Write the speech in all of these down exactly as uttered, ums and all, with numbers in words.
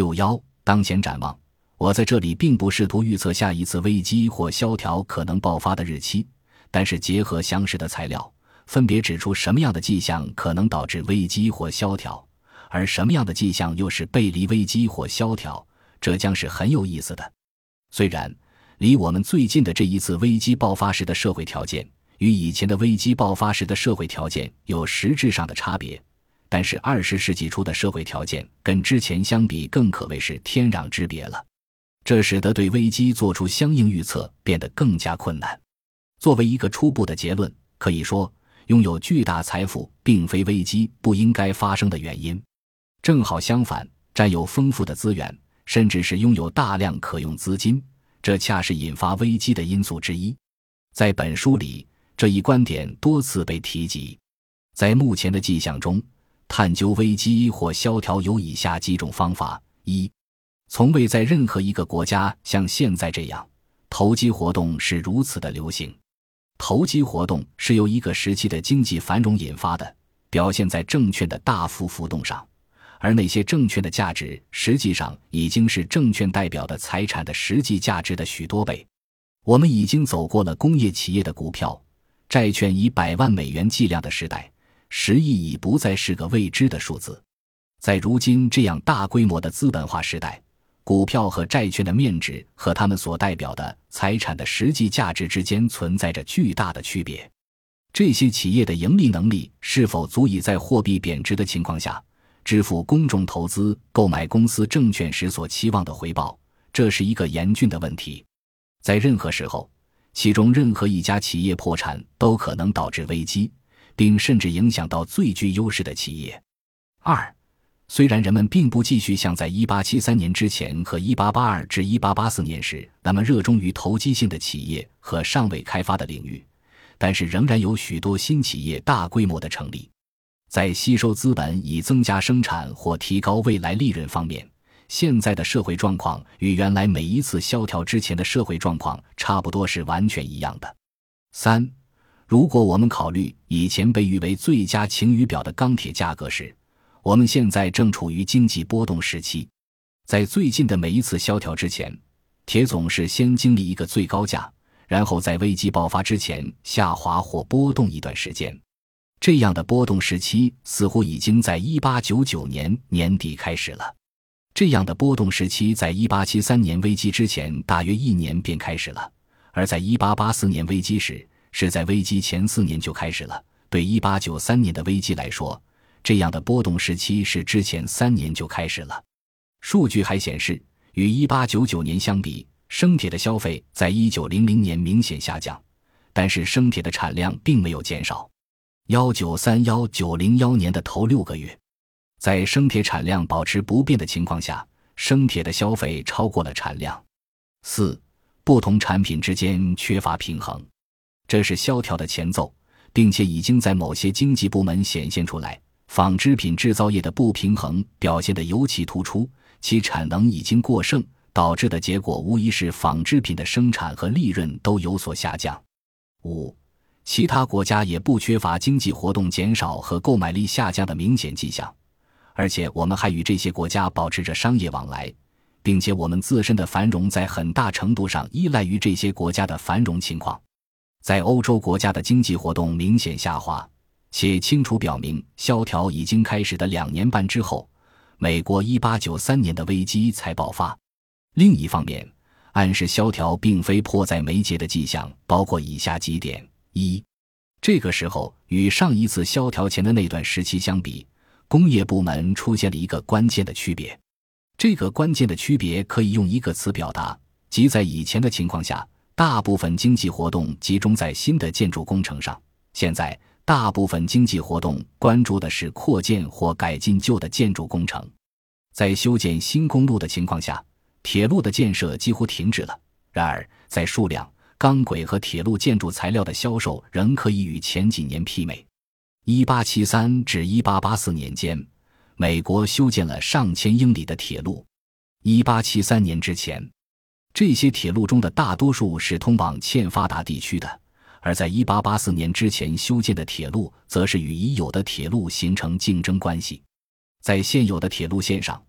六一当前展望，我在这里并不试图预测下一次危机或萧条可能爆发的日期，但是结合详实的材料，分别指出什么样的迹象可能导致危机或萧条，而什么样的迹象又是背离危机或萧条，这将是很有意思的。虽然离我们最近的这一次危机爆发时的社会条件与以前的危机爆发时的社会条件有实质上的差别，但是二十世纪初的社会条件跟之前相比更可谓是天壤之别了，这使得对危机做出相应预测变得更加困难。作为一个初步的结论，可以说拥有巨大财富并非危机不应该发生的原因，正好相反，占有丰富的资源，甚至是拥有大量可用资金，这恰是引发危机的因素之一。在本书里，这一观点多次被提及。在目前的迹象中，探究危机或萧条有以下几种方法：一、从未在任何一个国家像现在这样，投机活动是如此的流行。投机活动是由一个时期的经济繁荣引发的，表现在证券的大幅浮动上，而那些证券的价值实际上已经是证券代表的财产的实际价值的许多倍。我们已经走过了工业企业的股票、债券以百万美元计量的时代，十亿已不再是个未知的数字。在如今这样大规模的资本化时代，股票和债券的面值和它们所代表的财产的实际价值之间存在着巨大的区别。这些企业的盈利能力是否足以在货币贬值的情况下支付公众投资购买公司证券时所期望的回报，这是一个严峻的问题。在任何时候，其中任何一家企业破产都可能导致危机，并甚至影响到最具优势的企业。二、虽然人们并不继续像在一八七三年之前和一八八二至一八八四年时那么热衷于投机性的企业和尚未开发的领域，但是仍然有许多新企业大规模的成立。在吸收资本以增加生产或提高未来利润方面，现在的社会状况与原来每一次萧条之前的社会状况差不多是完全一样的。三、如果我们考虑以前被誉为最佳晴雨表的钢铁价格时，我们现在正处于经济波动时期。在最近的每一次萧条之前，铁总是先经历一个最高价，然后在危机爆发之前下滑或波动一段时间。这样的波动时期似乎已经在一八九九年年底开始了。这样的波动时期在一八七三年危机之前大约一年便开始了，而在一八八四年危机时，是在危机前四年就开始了。对一八九三年的危机来说，这样的波动时期是之前三年就开始了。数据还显示，与一八九九年相比，生铁的消费在一九零零年明显下降，但是生铁的产量并没有减少。一九三一至一九零一年的头六个月，在生铁产量保持不变的情况下，生铁的消费超过了产量。四、不同产品之间缺乏平衡，这是萧条的前奏，并且已经在某些经济部门显现出来。纺织品制造业的不平衡表现得尤其突出，其产能已经过剩，导致的结果无疑是纺织品的生产和利润都有所下降。五、其他国家也不缺乏经济活动减少和购买力下降的明显迹象，而且我们还与这些国家保持着商业往来，并且我们自身的繁荣在很大程度上依赖于这些国家的繁荣情况。在欧洲国家的经济活动明显下滑，且清楚表明萧条已经开始的两年半之后，美国一八九三年的危机才爆发。另一方面，暗示萧条并非迫在眉睫的迹象包括以下几点：一、这个时候与上一次萧条前的那段时期相比，工业部门出现了一个关键的区别。这个关键的区别可以用一个词表达，即在以前的情况下，大部分经济活动集中在新的建筑工程上，现在大部分经济活动关注的是扩建或改进旧的建筑工程。在修建新公路的情况下，铁路的建设几乎停止了，然而在数量、钢轨和铁路建筑材料的销售仍可以与前几年媲美。一八七三至一八八四年间，美国修建了上千英里的铁路。一八七三年之前，这些铁路中的大多数是通往欠发达地区的，而在一八八四年之前修建的铁路则是与已有的铁路形成竞争关系。在现有的铁路线上，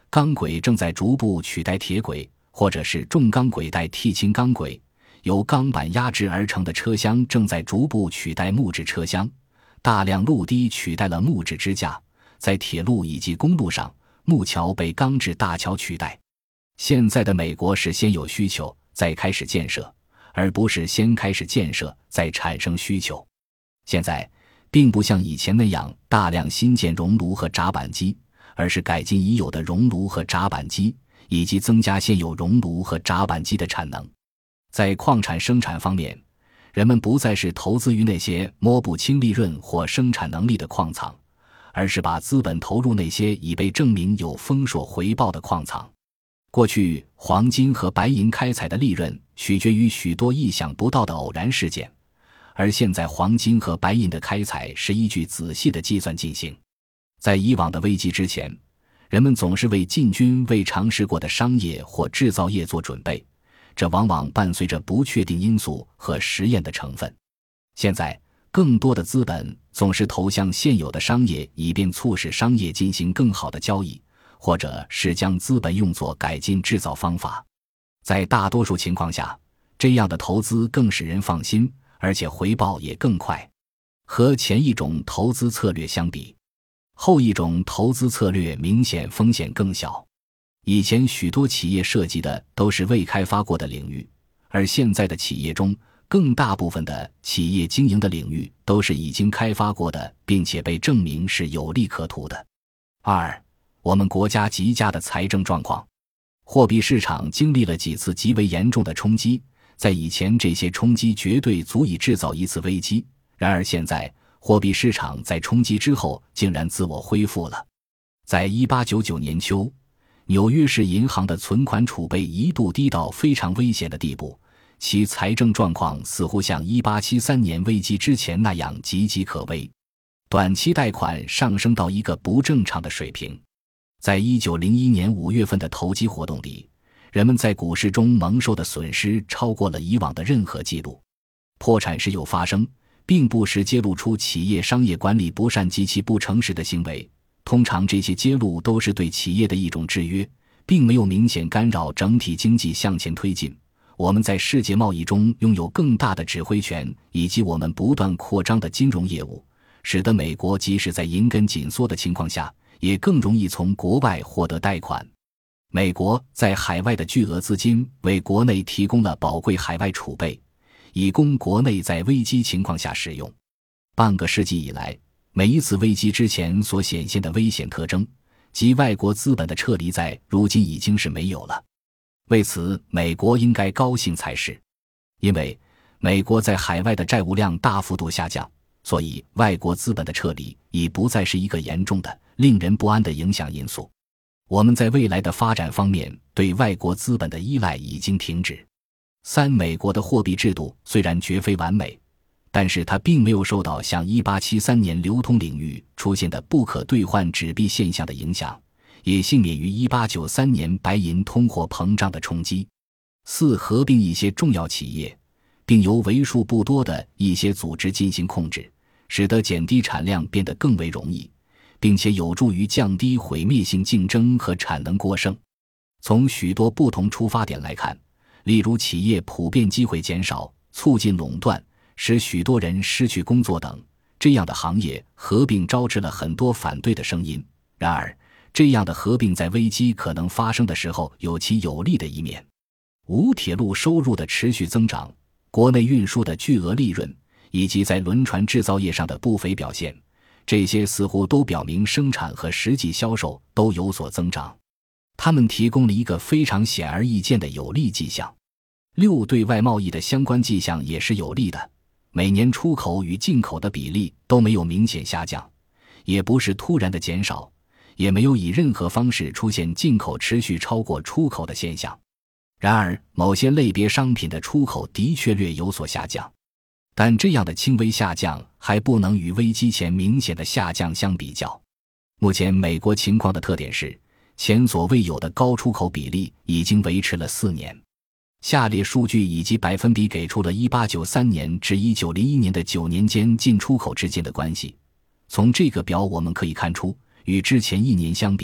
钢轨正在逐步取代铁轨，或者是重钢轨代替轻钢轨，由钢板压制而成的车厢正在逐步取代木质车厢，大量路堤取代了木质支架，在铁路以及公路上，木桥被钢制大桥取代。现在的美国是先有需求再开始建设，而不是先开始建设再产生需求。现在并不像以前那样大量新建熔炉和闸板机，而是改进已有的熔炉和闸板机，以及增加现有熔炉和闸板机的产能。在矿产生产方面，人们不再是投资于那些摸不清利润或生产能力的矿藏，而是把资本投入那些已被证明有丰硕回报的矿藏。过去黄金和白银开采的利润取决于许多意想不到的偶然事件，而现在黄金和白银的开采是依据仔细的计算进行。在以往的危机之前，人们总是为进军未尝试过的商业或制造业做准备，这往往伴随着不确定因素和实验的成分。现在更多的资本总是投向现有的商业，以便促使商业进行更好的交易，或者是将资本用作改进制造方法。在大多数情况下，这样的投资更使人放心，而且回报也更快。和前一种投资策略相比，后一种投资策略明显风险更小。以前许多企业涉及的都是未开发过的领域，而现在的企业中，更大部分的企业经营的领域都是已经开发过的，并且被证明是有利可图的。二、我们国家极佳的财政状况。货币市场经历了几次极为严重的冲击，在以前这些冲击绝对足以制造一次危机，然而现在货币市场在冲击之后竟然自我恢复了。在一八九九年秋，纽约市银行的存款储备一度低到非常危险的地步，其财政状况似乎像一八七三年危机之前那样岌岌可危，短期贷款上升到一个不正常的水平。在一九零一年五月份的投机活动里，人们在股市中蒙受的损失超过了以往的任何记录。破产时有发生，并不时揭露出企业商业管理不善及其不诚实的行为，通常这些揭露都是对企业的一种制约，并没有明显干扰整体经济向前推进。我们在世界贸易中拥有更大的指挥权，以及我们不断扩张的金融业务，使得美国即使在银根紧缩的情况下，也更容易从国外获得贷款。美国在海外的巨额资金为国内提供了宝贵海外储备，以供国内在危机情况下使用。半个世纪以来，每一次危机之前所显现的危险特征，即外国资本的撤离，在如今已经是没有了。为此，美国应该高兴才是，因为美国在海外的债务量大幅度下降，所以外国资本的撤离已不再是一个严重的、令人不安的影响因素。我们在未来的发展方面对外国资本的依赖已经停止。三、美国的货币制度虽然绝非完美，但是它并没有受到像一八七三年流通领域出现的不可兑换纸币现象的影响，也幸免于一八九三年白银通货膨胀的冲击。四、合并一些重要企业，并由为数不多的一些组织进行控制，使得减低产量变得更为容易，并且有助于降低毁灭性竞争和产能过剩。从许多不同出发点来看，例如企业普遍机会减少、促进垄断、使许多人失去工作等，这样的行业合并招致了很多反对的声音。然而，这样的合并在危机可能发生的时候有其有利的一面。五、铁路收入的持续增长，国内运输的巨额利润，以及在轮船制造业上的不菲表现，这些似乎都表明生产和实际销售都有所增长。他们提供了一个非常显而易见的有利迹象。六、对外贸易的相关迹象也是有利的，每年出口与进口的比例都没有明显下降，也不是突然的减少，也没有以任何方式出现进口持续超过出口的现象。然而，某些类别商品的出口的确略有所下降，但这样的轻微下降还不能与危机前明显的下降相比较。目前美国情况的特点是，前所未有的高出口比例已经维持了四年。下列数据以及百分比给出了一八九三年至一九零一年的九年间进出口之间的关系。从这个表我们可以看出，与之前一年相比，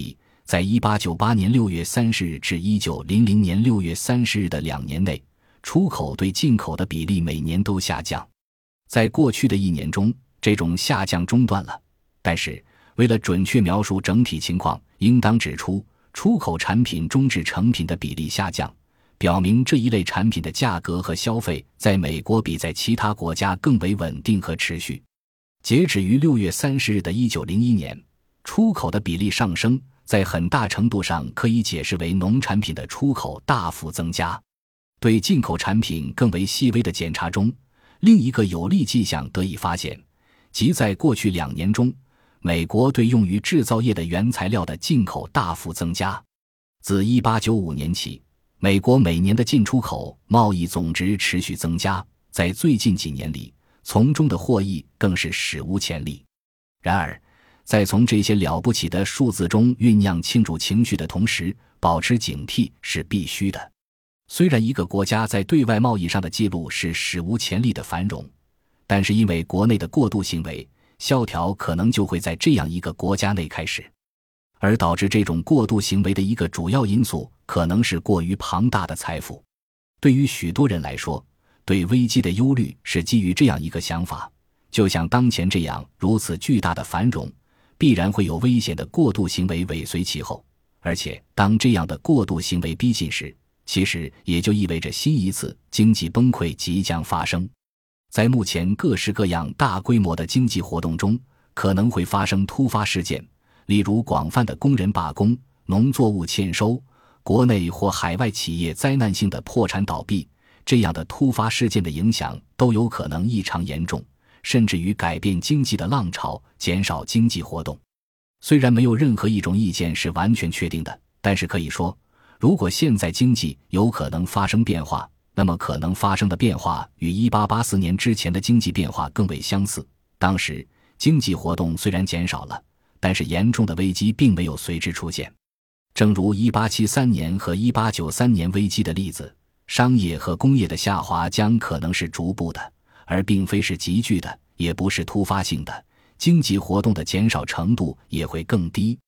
在一八九八年六月三十日至一九零零年六月三十日的两年内，出口对进口的比例每年都下降。在过去的一年中，这种下降中断了，但是为了准确描述整体情况，应当指出出口产品中制成品的比例下降，表明这一类产品的价格和消费在美国比在其他国家更为稳定和持续。截止于六月三十日的一九零一年，出口的比例上升，在很大程度上可以解释为农产品的出口大幅增加。对进口产品更为细微的检查中，另一个有利迹象得以发现，即在过去两年中，美国对用于制造业的原材料的进口大幅增加。自一八九五年起，美国每年的进出口贸易总值持续增加，在最近几年里，从中的获益更是史无前例。然而，在从这些了不起的数字中酝酿庆祝情绪的同时，保持警惕是必须的。虽然一个国家在对外贸易上的记录是史无前例的繁荣，但是因为国内的过度行为，萧条可能就会在这样一个国家内开始。而导致这种过度行为的一个主要因素，可能是过于庞大的财富。对于许多人来说，对危机的忧虑是基于这样一个想法，就像当前这样如此巨大的繁荣，必然会有危险的过度行为尾随其后，而且当这样的过度行为逼近时，其实也就意味着新一次经济崩溃即将发生。在目前各式各样大规模的经济活动中，可能会发生突发事件，例如广泛的工人罢工、农作物欠收、国内或海外企业灾难性的破产倒闭，这样的突发事件的影响都有可能异常严重，甚至于改变经济的浪潮，减少经济活动。虽然没有任何一种意见是完全确定的，但是可以说，如果现在经济有可能发生变化，那么可能发生的变化与一八八四年之前的经济变化更为相似。当时经济活动虽然减少了，但是严重的危机并没有随之出现。正如一八七三年和一八九三年危机的例子，商业和工业的下滑将可能是逐步的，而并非是急剧的，也不是突发性的，经济活动的减少程度也会更低。